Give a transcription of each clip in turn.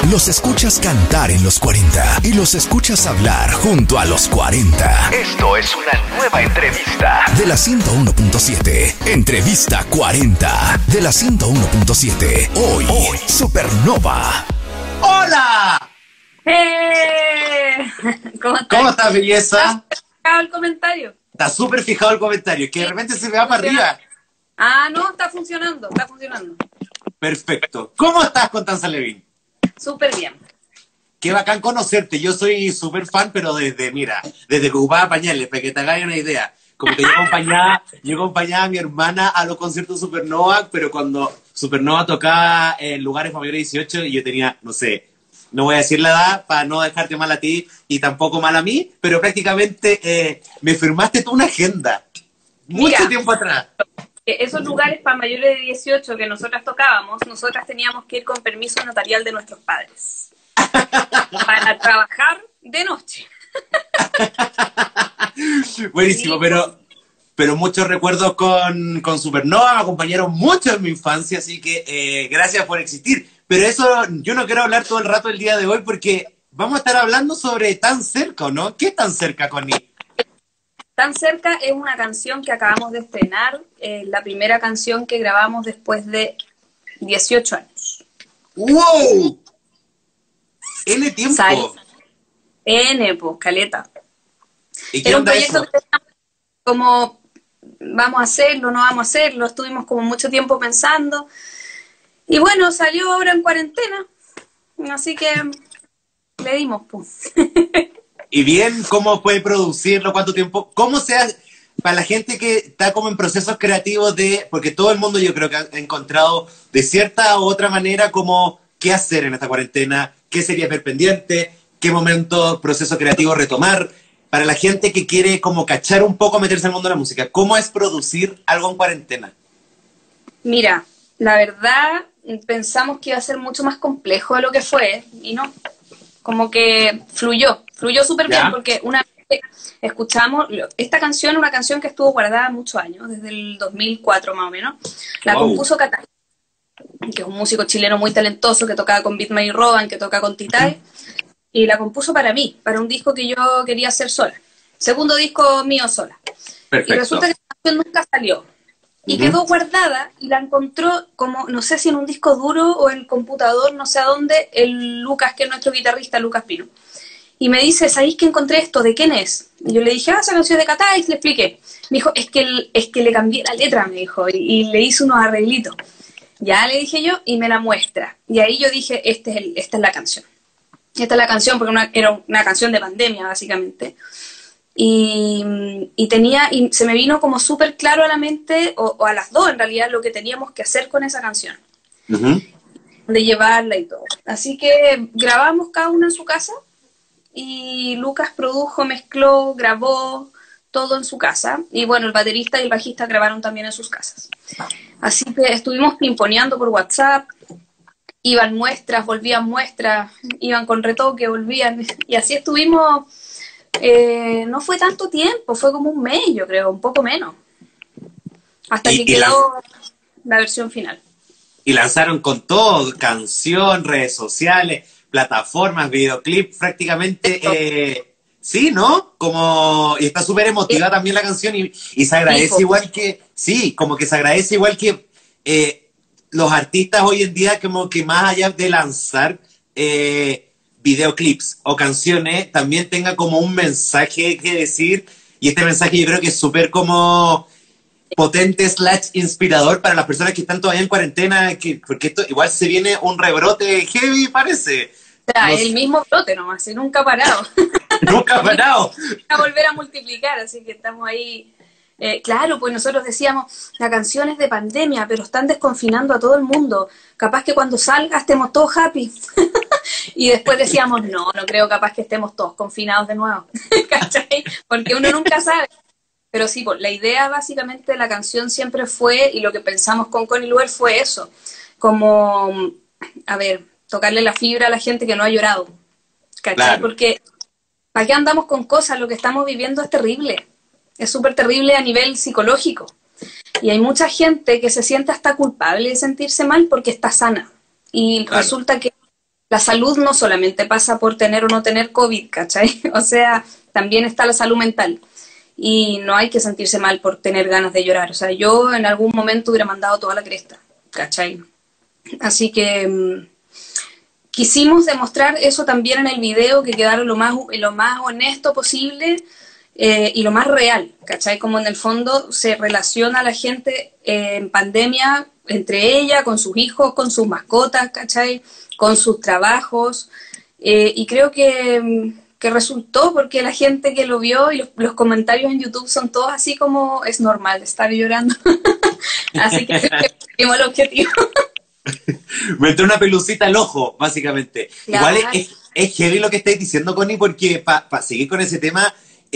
Los escuchas cantar en los 40 y los escuchas hablar junto a los 40. Esto es una nueva entrevista de la 101.7. Entrevista 40 de la 101.7. Hoy, Supernova. ¡Hola! ¿Cómo estás, belleza? ¿Estás fijado el comentario? Está súper fijado el comentario, que de repente se me va para arriba. Ah, no, está funcionando. Perfecto. ¿Cómo estás, Constanza Levin? Súper bien. Qué bacán conocerte. Yo soy súper fan, pero desde que ocupaba pañales, para que te hagas una idea. Como que yo acompañaba a mi hermana a los conciertos de Supernova, pero cuando Supernova tocaba en lugares para mayores de 18 y yo tenía, no sé, no voy a decir la edad para no dejarte mal a ti y tampoco mal a mí, pero prácticamente me firmaste tú una agenda. Mucho tiempo atrás. Esos lugares para mayores de 18 que nosotras tocábamos, nosotras teníamos que ir con permiso notarial de nuestros padres para trabajar de noche. Buenísimo, sí. pero muchos recuerdos con Supernova, me acompañaron mucho en mi infancia, así que gracias por existir. Pero eso yo no quiero hablar todo el rato el día de hoy porque vamos a estar hablando sobre Tan Cerca, ¿no? ¿Qué es Tan Cerca, Connie? Tan Cerca es una canción que acabamos de estrenar, la primera canción que grabamos después de 18 años. ¡Wow! N tiempo. Pues, caleta. ¿Y qué Era un onda proyecto eso? que como, vamos a hacerlo, no vamos a hacerlo, estuvimos como mucho tiempo pensando. Y bueno, salió ahora en cuarentena, así que le dimos, pues. Y bien, ¿cómo puede producirlo? ¿Cuánto tiempo? ¿Cómo se hace? Para la gente que está como en procesos creativos porque todo el mundo yo creo que ha encontrado de cierta u otra manera como qué hacer en esta cuarentena, qué sería ver pendiente, qué momento, proceso creativo retomar. Para la gente que quiere como cachar un poco, meterse al mundo de la música, ¿cómo es producir algo en cuarentena? Mira, la verdad pensamos que iba a ser mucho más complejo de lo que fue y no, como que fluyó súper bien porque una vez que escuchamos esta canción, una canción que estuvo guardada muchos años, desde el 2004 más o menos, la compuso Catay, que es un músico chileno muy talentoso que tocaba con Beat My Roban, que toca con Titae, y la compuso para mí, para un disco que yo quería hacer sola, segundo disco mío sola. Perfecto. Y resulta que esta canción nunca salió. Y quedó guardada y la encontró como, no sé si en un disco duro o en el computador, no sé a dónde, el Lucas, que es nuestro guitarrista, Lucas Pino. Y me dice, ¿sabéis que encontré esto? ¿De quién es? Y yo le dije, esa canción es de Catay, le expliqué. Me dijo, es que le cambié la letra, me dijo, y le hice unos arreglitos. Ya le dije yo, y me la muestra. Y ahí yo dije, esta es la canción. Esta es la canción, porque era una canción de pandemia, básicamente. Y se me vino como súper claro a la mente, o a las dos en realidad, lo que teníamos que hacer con esa canción. De llevarla y todo. Así que grabamos cada uno en su casa, y Lucas produjo, mezcló, grabó todo en su casa. Y bueno, el baterista y el bajista grabaron también en sus casas. Así que estuvimos pimponeando por WhatsApp, iban muestras, volvían muestras, iban con retoque, volvían, y así estuvimos. No fue tanto tiempo, fue como un mes, yo creo, un poco menos, hasta que quedó la versión final. Y lanzaron con todo, canción, redes sociales, plataformas, videoclip, prácticamente, sí, ¿no? Y está súper emotiva también la canción y se agradece igual que, sí, como que se agradece igual que los artistas hoy en día como que más allá de lanzar videoclips o canciones, también tenga como un mensaje que decir, y este mensaje yo creo que es súper como potente / inspirador para las personas que están todavía en cuarentena, porque esto igual se viene un rebrote heavy, parece. O sea, el mismo brote nomás, y nunca ha parado. Nunca ha parado. A volver a multiplicar, así que estamos ahí. Claro, pues nosotros decíamos, la canción es de pandemia, pero están desconfinando a todo el mundo. Capaz que cuando salga estemos todos happy. Y después decíamos, no creo, capaz que estemos todos confinados de nuevo. ¿Cachai? Porque uno nunca sabe. Pero sí, pues, la idea básicamente de la canción siempre fue, y lo que pensamos con Connie Luer fue eso, como, a ver, tocarle la fibra a la gente que no ha llorado. ¿Cachai? Claro. Porque, ¿para qué andamos con cosas? Lo que estamos viviendo es terrible. Es súper terrible a nivel psicológico. Y hay mucha gente que se siente hasta culpable de sentirse mal porque está sana. Y claro, resulta que la salud no solamente pasa por tener o no tener COVID, ¿cachai? O sea, también está la salud mental. Y no hay que sentirse mal por tener ganas de llorar. O sea, yo en algún momento hubiera mandado toda la cresta, ¿cachai? Así que quisimos demostrar eso también en el video, que quedara lo más honesto posible y lo más real, ¿cachai? Como en el fondo se relaciona a la gente en pandemia entre ella, con sus hijos, con sus mascotas, ¿cachai? Con sus trabajos. Y creo que resultó, porque la gente que lo vio y los comentarios en YouTube son todos así como es normal estar llorando. Así que cumplimos el objetivo. Me entró una pelucita al ojo, básicamente. Claro. Igual es heavy lo que estáis diciendo, Connie, porque para seguir con ese tema,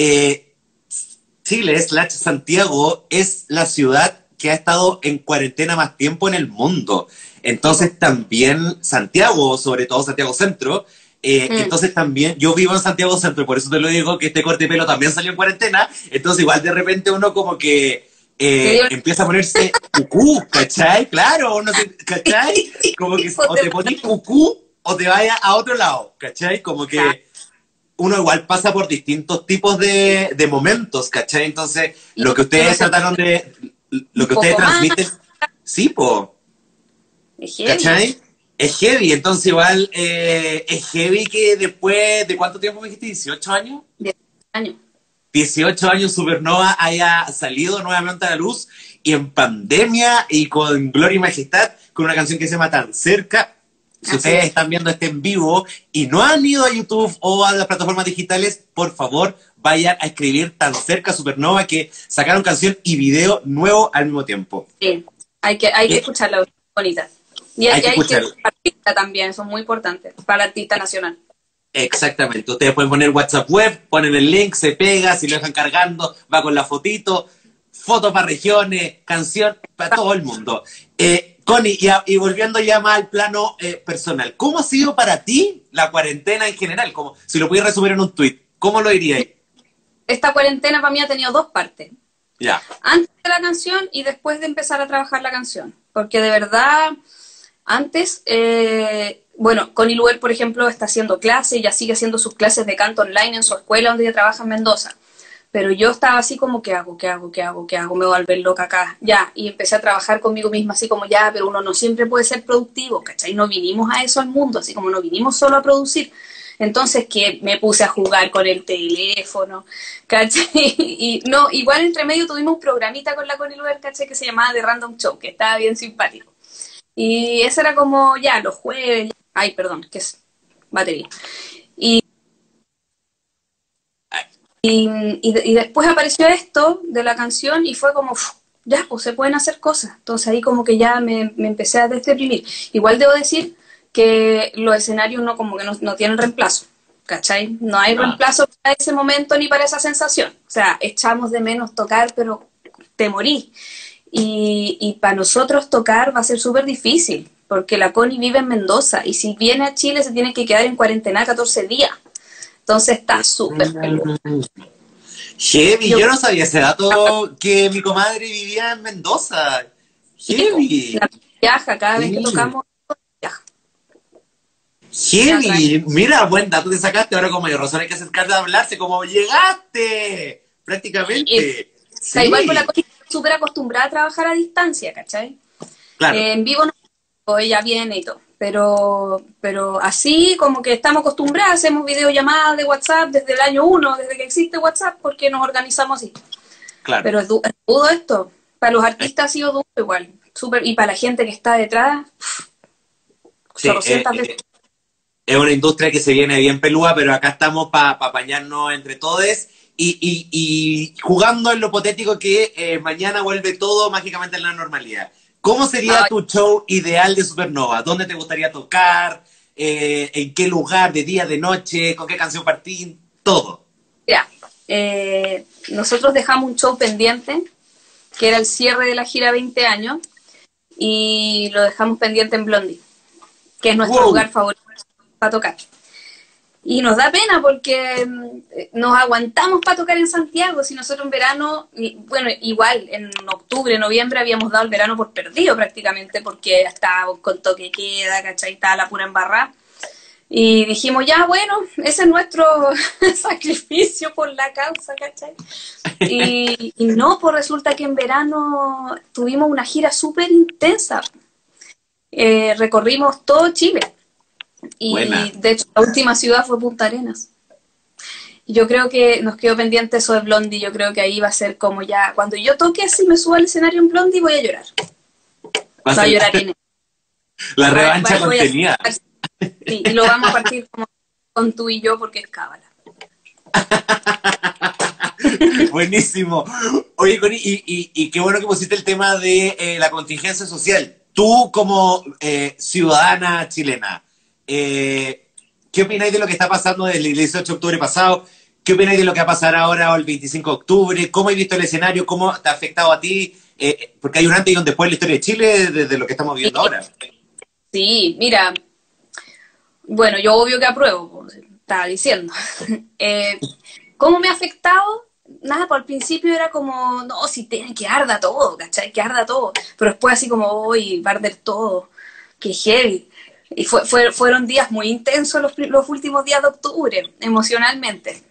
Chile/Santiago es la ciudad que ha estado en cuarentena más tiempo en el mundo. Entonces también Santiago, sobre todo Santiago Centro, entonces también, yo vivo en Santiago Centro, por eso te lo digo, que este corte de pelo también salió en cuarentena, entonces igual de repente uno como que empieza a ponerse cucú, ¿cachai? Claro, uno se, ¿cachai? Como que o te pones cucú o te vayas a otro lado, ¿cachai? Como que uno igual pasa por distintos tipos de momentos, ¿cachai? Entonces, lo que ustedes trataron de... Lo que ustedes transmiten... Sí, po. ¿Cachai? Es heavy, entonces igual es heavy que después de ¿cuánto tiempo me dijiste? ¿18 años? 18 años. 18 años Supernova haya salido nuevamente a la luz y en pandemia y con gloria y majestad con una canción que se llama Tan Cerca. Si ustedes están viendo este en vivo y no han ido a YouTube o a las plataformas digitales, por favor vayan a escribir Tan Cerca Supernova, que sacaron canción y video nuevo al mismo tiempo. Sí, hay que escucharla, bonita. Y hay que escucharla. Artista también, son muy importantes para artista nacional. Exactamente, ustedes pueden poner WhatsApp web, ponen el link, se pega, si lo dejan cargando, va con la fotito, fotos para regiones, canción para todo el mundo. Connie, y volviendo ya más al plano personal, ¿cómo ha sido para ti la cuarentena en general? Como, si lo pudieras resumir en un tuit, ¿cómo lo dirías? Esta cuarentena para mí ha tenido dos partes. Ya. Antes de la canción y después de empezar a trabajar la canción. Porque de verdad, antes, bueno, Connie Luer, por ejemplo, está haciendo clases, ella sigue haciendo sus clases de canto online en su escuela donde ella trabaja en Mendoza. Pero yo estaba así como, ¿qué hago? Me voy a volver loca acá. Ya, y empecé a trabajar conmigo misma así como, ya, pero uno no siempre puede ser productivo, ¿cachai? No vinimos a eso al mundo, así como no vinimos solo a producir. Entonces que me puse a jugar con el teléfono, ¿cachai? Y no, igual entre medio tuvimos un programita con la Connie Luer, ¿cachai? Que se llamaba The Random Show, que estaba bien simpático. Y eso era como, ya, los jueves, ay, perdón, que es batería. Y después apareció esto de la canción y fue como, ya, pues se pueden hacer cosas. Entonces ahí como que ya me empecé a deprimir. Igual debo decir que los escenarios no como que no tienen reemplazo, ¿cachai? No hay reemplazo para ese momento ni para esa sensación. O sea, echamos de menos tocar, pero te morí. Y para nosotros tocar va a ser súper difícil, porque la Connie vive en Mendoza y si viene a Chile se tiene que quedar en cuarentena 14 días. Entonces está súper peludo. Heavy, yo no sabía ese dato, que mi comadre vivía en Mendoza. Heavy. La viaja, cada vez que tocamos, viaja. Heavy, mira, buen dato te sacaste, ahora como hay razón hay que acercarte a hablarse, como llegaste, prácticamente. Está igual con la Connie, súper acostumbrada a trabajar a distancia, ¿cachai? Claro. En vivo no, ella viene y todo. Pero así como que estamos acostumbrados, hacemos videollamadas de WhatsApp desde el año 1, desde que existe WhatsApp, porque nos organizamos así. Claro. Pero es duro esto. Para los artistas ha sido duro igual. Súper, y para la gente que está detrás, sí, es una industria que se viene bien pelúa, pero acá estamos para apañarnos entre todos y jugando en lo hipotético que mañana vuelve todo mágicamente en la normalidad. ¿Cómo sería tu show ideal de Supernova? ¿Dónde te gustaría tocar? ¿En qué lugar? ¿De día, de noche? ¿Con qué canción partí? Todo. Ya. Nosotros dejamos un show pendiente, que era el cierre de la gira 20 años, y lo dejamos pendiente en Blondie, que es nuestro lugar favorito para tocar. Y nos da pena porque nos aguantamos para tocar en Santiago. Si nosotros en verano, bueno, igual en octubre, noviembre habíamos dado el verano por perdido prácticamente, porque estábamos con toque de queda, ¿cachai? Estaba la pura embarrada. Y dijimos, ya, bueno, ese es nuestro sacrificio por la causa, ¿cachai? Y no, pues resulta que en verano tuvimos una gira súper intensa. Recorrimos todo Chile. Y Buena. de hecho la última ciudad fue Punta Arenas. Y yo creo que nos quedó pendiente eso de Blondie. Yo creo que ahí va a ser como ya, cuando yo toque, si me subo al escenario en Blondie, voy a llorar. Va a Voy a ser llorar en la revancha voy a- contenida. Sí, y lo vamos a partir como con tú y yo porque es cábala. Buenísimo. Oye, Connie, y qué bueno que pusiste el tema de la contingencia social. Tú como ciudadana chilena, ¿qué opináis de lo que está pasando desde el 18 de octubre pasado? ¿Qué opináis de lo que va a pasar ahora o el 25 de octubre? ¿Cómo has visto el escenario? ¿Cómo te ha afectado a ti? Porque hay un antes y un después en la historia de Chile desde lo que estamos viviendo ahora. Sí, mira, bueno, yo obvio que apruebo, como estaba diciendo. ¿Cómo me ha afectado? Nada, por el principio era como, no, si tiene que arda todo, ¿cachai? Que arda todo. Pero después así como, hoy va a arder todo, qué heavy. Y fueron días muy intensos los últimos días de octubre, emocionalmente.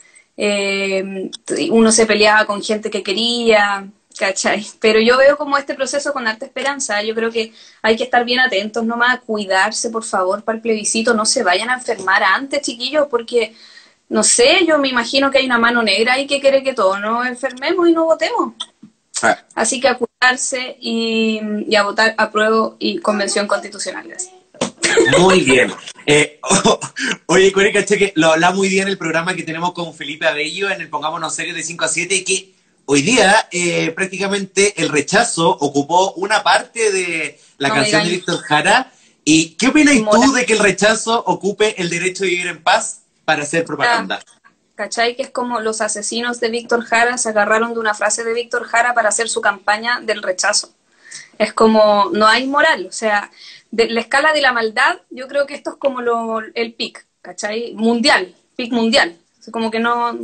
Uno se peleaba con gente que quería, ¿cachai? Pero yo veo como este proceso con harta esperanza. Yo creo que hay que estar bien atentos nomás, cuidarse, por favor, para el plebiscito. No se vayan a enfermar antes, chiquillos, porque, no sé, yo me imagino que hay una mano negra ahí que quiere que todos nos enfermemos y no votemos. Ah, Así que a cuidarse y a votar apruebo y convención constitucional. Gracias. muy bien. Oye, Connie, caché que lo habla muy bien el programa que tenemos con Felipe Abello en el Pongámonos Serios de 5 a 7 y que hoy día prácticamente el rechazo ocupó una parte de la No me canción de digan. Víctor Jara. ¿Y qué opinas tú Moral. de que el rechazo ocupe el derecho de vivir en paz para hacer propaganda? ¿Cachai? Que es como los asesinos de Víctor Jara se agarraron de una frase de Víctor Jara para hacer su campaña del rechazo. Es como, no hay moral, o sea, de la escala de la maldad, yo creo que esto es como el pic, ¿cachai? Mundial, pic mundial. O sea, como que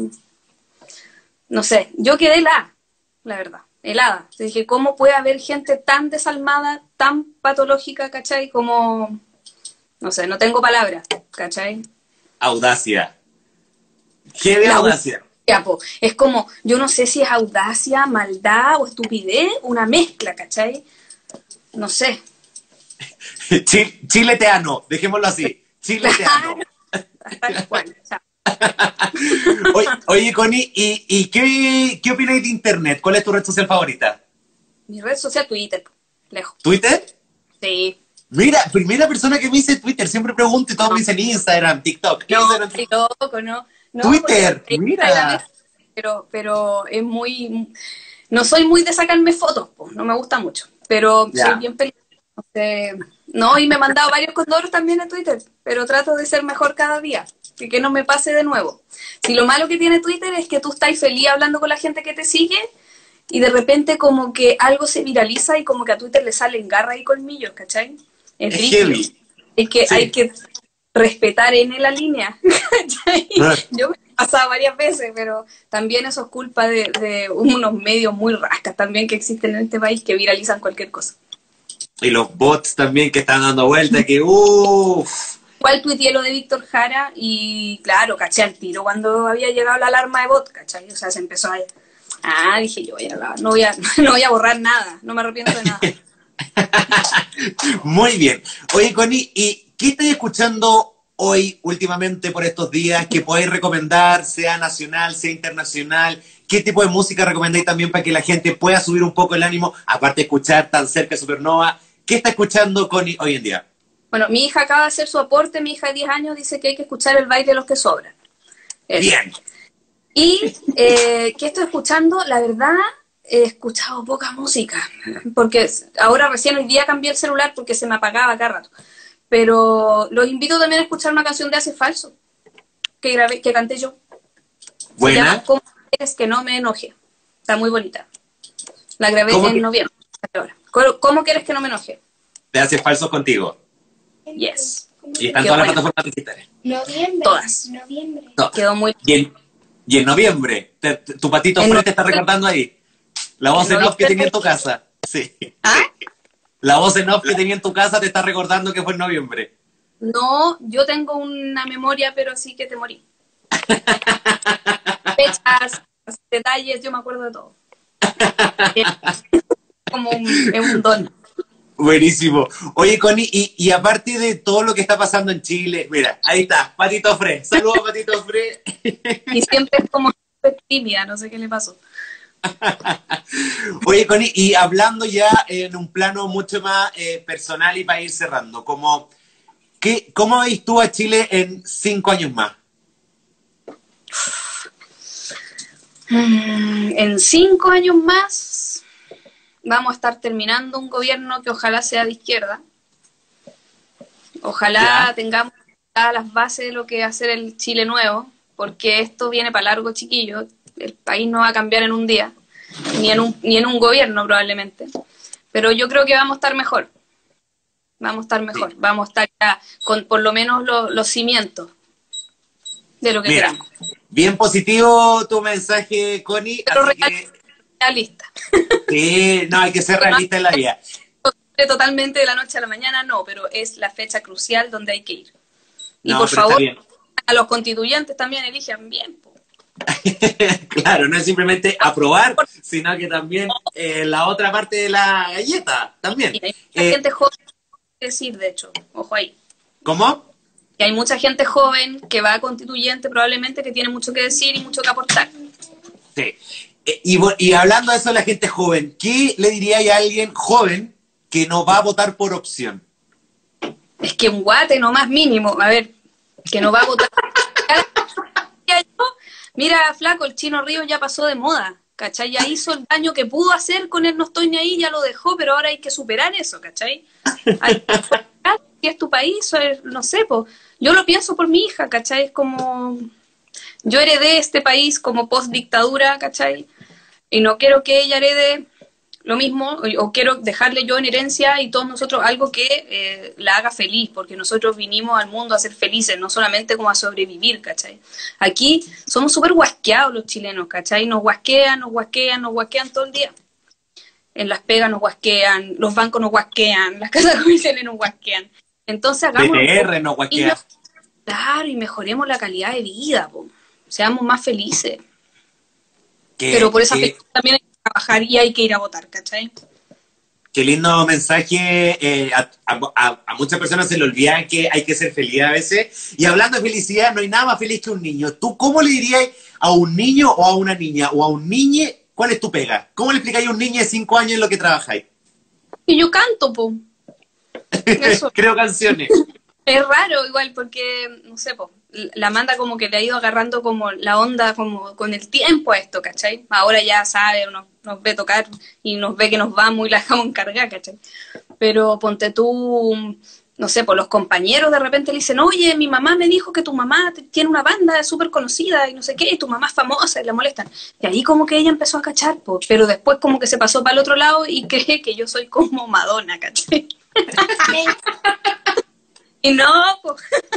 no sé, yo quedé helada, la verdad, helada. O sea, dije, ¿cómo puede haber gente tan desalmada, tan patológica, ¿cachai? Como, no sé, no tengo palabras, ¿cachai? Audacia. ¿Qué de La audacia? Ya, po. Es como, yo no sé si es audacia, maldad o estupidez, una mezcla, ¿cachai? No sé. Chileteano, dejémoslo así. Chileteano. Tal cual. O sea, Oye, Connie, ¿y qué opináis de Internet? ¿Cuál es tu red social favorita? mi red social, Twitter, lejos. ¿Twitter? Sí. Mira, primera persona que me dice Twitter, siempre pregunto y todos me dicen Instagram, TikTok. No, Instagram, estoy loco, no. No, Twitter, porque mira. Instagram pero es muy... No soy muy de sacarme fotos, pues, no me gusta mucho, pero Ya. soy bien peligrosa. No, y me he mandado varios condoros también a Twitter, pero trato de ser mejor cada día, que no me pase de nuevo. Si lo malo que tiene Twitter es que tú estás feliz hablando con la gente que te sigue y de repente como que algo se viraliza y como que a Twitter le salen garras y colmillos, ¿cachai? Es Es brígido. heavy. Es que Sí. hay que respetar en la línea. ¿cachai? Ah. Yo me he pasado varias veces, pero también eso es culpa de unos medios muy rascas también que existen en este país que viralizan cualquier cosa. Y los bots también que están dando vueltas, que uff. Igual tuiteé lo de Víctor Jara y claro, caché al tiro cuando había llegado la alarma de bot, ¿cachai? O sea, se empezó a... Ah, dije yo, no voy a borrar nada, no me arrepiento de nada. Muy bien. Oye, Connie, ¿y qué estás escuchando hoy, últimamente, por estos días, que podáis recomendar, sea nacional, sea internacional? ¿Qué tipo de música recomendáis también para que la gente pueda subir un poco el ánimo, aparte de escuchar tan cerca de Supernova? ¿Qué está escuchando Connie hoy en día? Bueno, mi hija acaba de hacer su aporte, mi hija de 10 años dice que hay que escuchar el baile de los que sobran. Eso. Bien. Y ¿qué estoy escuchando? La verdad, he escuchado poca música, porque ahora recién hoy día cambié el celular porque se me apagaba cada rato. Pero los invito también a escuchar una canción de Hace Falso, que grabé, que canté yo. Se llama Buena. ¿Cómo quieres que no me enoje? Está muy bonita. La grabé ¿Cómo en que- noviembre. ¿Cómo quieres que no me enoje? Te hace falsos contigo. Yes. Y están Qué todas las buena. plataformas digitales. Noviembre. Todas. Noviembre. No. Quedó muy... Y en noviembre, tu patito En Fred te está noviembre. recordando ahí. La voz En en off que noviembre. tenía en tu casa. Sí. ¿Ah? La voz en off que tenía en tu casa te está recordando que fue en noviembre. No, yo tengo una memoria, pero sí que te morí. Fechas, detalles, yo me acuerdo de todo. Es es un don. Buenísimo. Oye, Connie, y aparte de todo lo que está pasando en Chile, mira, ahí está, Patito Fre. Saludos a Patito Fre. Y siempre es como tímida, no sé qué le pasó. Oye, Connie, y hablando ya en un plano mucho más personal y para ir cerrando, ¿cómo veis tú a Chile en 5 años más? En 5 años más vamos a estar terminando un gobierno que ojalá sea de izquierda. Ojalá tengamos todas las bases de lo que va a ser el Chile nuevo, porque esto viene para largo, chiquillo. El país no va a cambiar en un día, ni en un gobierno probablemente. Pero yo creo que vamos a estar mejor. Vamos a estar mejor.Amos a estar ya con por lo menos los cimientos de lo que queremos. Bien positivo tu mensaje, Connie. Pero así realista. Sí, no, hay que ser realista en la vida. Totalmente de la noche a la mañana, no, pero es la fecha crucial donde hay que ir. Y No, por pero favor, está bien. a los constituyentes también elijan bien. Po. Claro, no es simplemente aprobar, sino que también la otra parte de la galleta, también. Y hay mucha gente joven que decir, de hecho, ojo ahí. ¿Cómo? Que hay mucha gente joven que va a constituyente probablemente que tiene mucho que decir y mucho que aportar. Sí. Y hablando de eso, la gente joven, ¿qué le diría a alguien joven que no va a votar por opción? Es que un guate nomás mínimo, a ver, que no va a votar. Mira, flaco, el Chino Río ya pasó de moda, ¿cachai? Ya hizo el daño que pudo hacer con él, no estoy ni ahí, ya lo dejó, pero ahora hay que superar eso, ¿cachai? Si es tu país, no sé, po. Yo lo pienso por mi hija, ¿cachai? Es como... Yo heredé este país como post-dictadura, ¿cachai? Y no quiero que ella herede lo mismo, o quiero dejarle yo en herencia y todos nosotros algo que la haga feliz, porque nosotros vinimos al mundo a ser felices, no solamente como a sobrevivir, ¿cachai? Aquí somos súper guasqueados los chilenos, ¿cachai? Nos guasquean todo el día. En las pegas nos guasquean, los bancos nos guasquean, las casas comerciales nos guasquean. Entonces hagamos... BTR nos guasquea. Claro, y mejoremos la calidad de vida, po. Seamos más felices. Pero por esa fecha también hay que trabajar y hay que ir a votar, ¿cachai? Qué lindo mensaje. A muchas personas se le olvida que hay que ser feliz a veces. Y hablando de felicidad, no hay nada más feliz que un niño. ¿Tú cómo le dirías a un niño o a una niña o a un niñe cuál es tu pega? ¿Cómo le explicáis a un niño de 5 años en lo que trabajáis? Y yo canto, po. Eso. Creo canciones. Es raro igual porque, no sé, po, la Amanda como que le ha ido agarrando como la onda como con el tiempo a esto, ¿cachai? Ahora ya sabe, nos ve tocar y nos ve que nos vamos y la dejamos encargar, ¿cachai? Pero ponte tú, no sé, pues los compañeros de repente le dicen, oye, mi mamá me dijo que tu mamá tiene una banda súper conocida y no sé qué, y tu mamá es famosa y la molestan. Y ahí como que ella empezó a cachar, po, pero después como que se pasó para el otro lado y cree que yo soy como Madonna, ¿cachai? Y no, pues.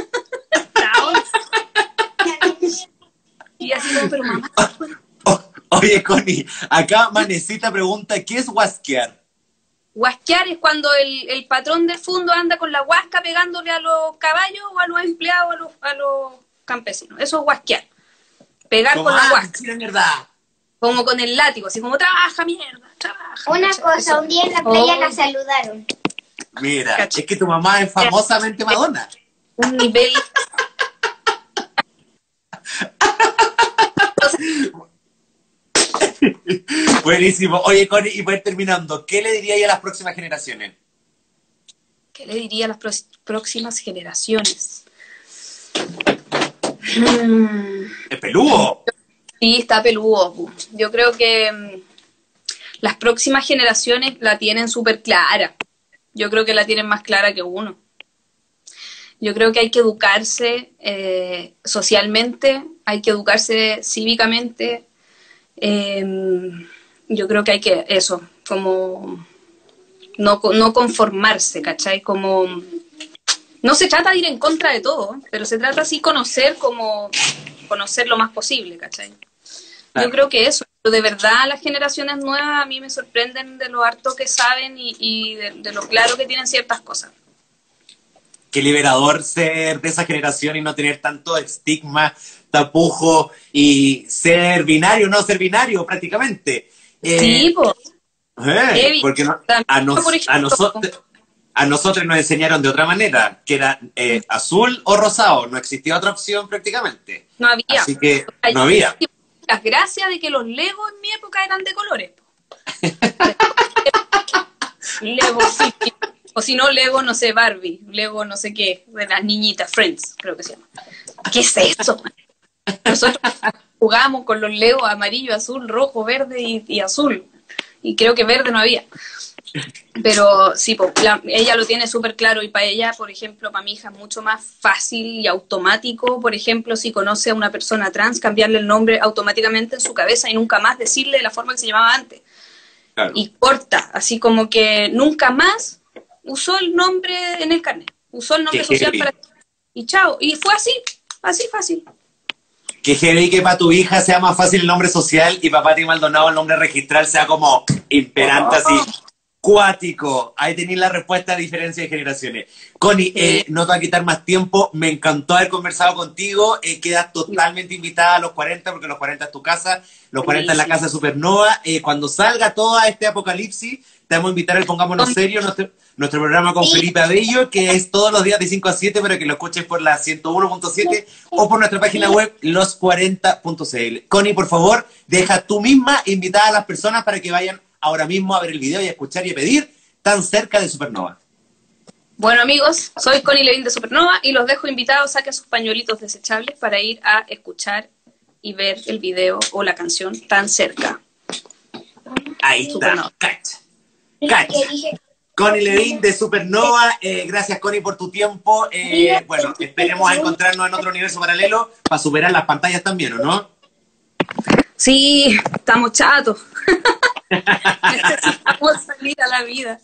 Y así como, pero mamá. Oye, Connie, acá Manecita pregunta, ¿qué es guasquear? Guasquear es cuando el patrón del fondo anda con la guasca pegándole a los caballos o a los empleados, a los campesinos. Eso es guasquear. Pegar Como, con la guasca. Mierda. Como con el látigo, así como, trabaja, mierda, trabaja. Una ¿cachai? cosa, Eso. un día en la playa la saludaron. Mira, Cacho. es que tu mamá es famosamente Madonna. Un nivel... Buenísimo. Oye, Connie, y para ir terminando, ¿qué le diría a las próximas generaciones? ¿Qué le diría a las próximas generaciones? ¿Es peludo? Sí, está peludo. Yo creo que las próximas generaciones la tienen súper clara. Yo creo que la tienen más clara que uno. Yo creo que hay que educarse socialmente, hay que educarse cívicamente. Yo creo que hay que, eso, como no conformarse, ¿cachai? Como, no se trata de ir en contra de todo, pero se trata así conocer lo más posible, ¿cachai? Claro. Yo creo que eso, de verdad las generaciones nuevas a mí me sorprenden de lo harto que saben y de lo claro que tienen ciertas cosas. qué liberador ser de esa generación y no tener tanto estigma, tapujo y ser binario, no ser binario prácticamente. Sí, pues. Porque a nosotros nos enseñaron de otra manera, que era azul o rosado, no existía otra opción prácticamente. No había. Así que no había. Las gracias de que los Legos en mi época eran de colores. Lego, sí. O si no, Lego, no sé, Barbie, Lego, no sé qué, de las niñitas, Friends, creo que se llama. ¿Qué es eso? Nosotros jugábamos con los Legos amarillo, azul, rojo, verde y azul. Y creo que verde no había. Pero sí, ella lo tiene súper claro y para ella, por ejemplo, para mi hija es mucho más fácil y automático, por ejemplo, si conoce a una persona trans, cambiarle el nombre automáticamente en su cabeza y nunca más decirle de la forma que se llamaba antes. Claro. Y corta, así como que nunca más usó el nombre en el carnet, usó el nombre social para... Y chao, y fue así fácil. Que heavy que para tu hija sea más fácil el nombre social y para Pati Maldonado el nombre registral sea como imperante, así, cuático. Ahí tenéis la respuesta a diferencia de generaciones. Connie, no te voy a quitar más tiempo, me encantó haber conversado contigo, quedas totalmente invitada a los 40, porque los 40 es tu casa, los 40 es la casa de Supernova. Cuando salga todo este apocalipsis, te vamos a invitar al Pongámonos Serios, nuestro programa con Felipe Abello, que es todos los días de 5 a 7 para que lo escuches por la 101.7 o por nuestra página web los40.cl. Connie, por favor, deja tú misma invitada a las personas para que vayan ahora mismo a ver el video y a escuchar y a pedir Tan Cerca de Supernova. Bueno, amigos, soy Connie Levin de Supernova y los dejo invitados, saquen sus pañuelitos desechables para ir a escuchar y ver el video o la canción Tan Cerca. Ahí está, cacha. Connie Levin de Supernova, gracias Connie por tu tiempo. Bueno, esperemos a encontrarnos en otro universo paralelo para superar las pantallas también, ¿o no? Sí, estamos chatos. Necesitamos salir a la vida.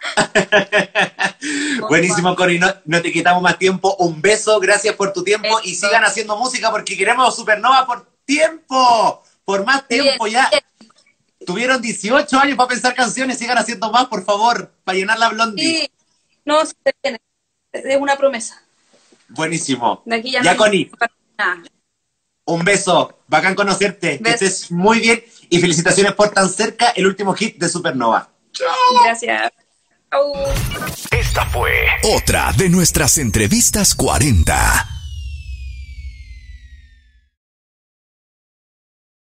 Buenísimo, Connie, no te quitamos más tiempo. Un beso, gracias por tu tiempo y sigan haciendo música porque queremos Supernova por tiempo, por más tiempo ya. Tuvieron 18 años para pensar canciones, sigan haciendo más, por favor, para llenar la Blondie. Sí, no, se viene. Es una promesa. Buenísimo. De aquí ya no Connie. Un beso, bacán conocerte, que estés muy bien y felicitaciones por Tan Cerca, el último hit de Supernova. Gracias. Esta fue otra de nuestras entrevistas 40.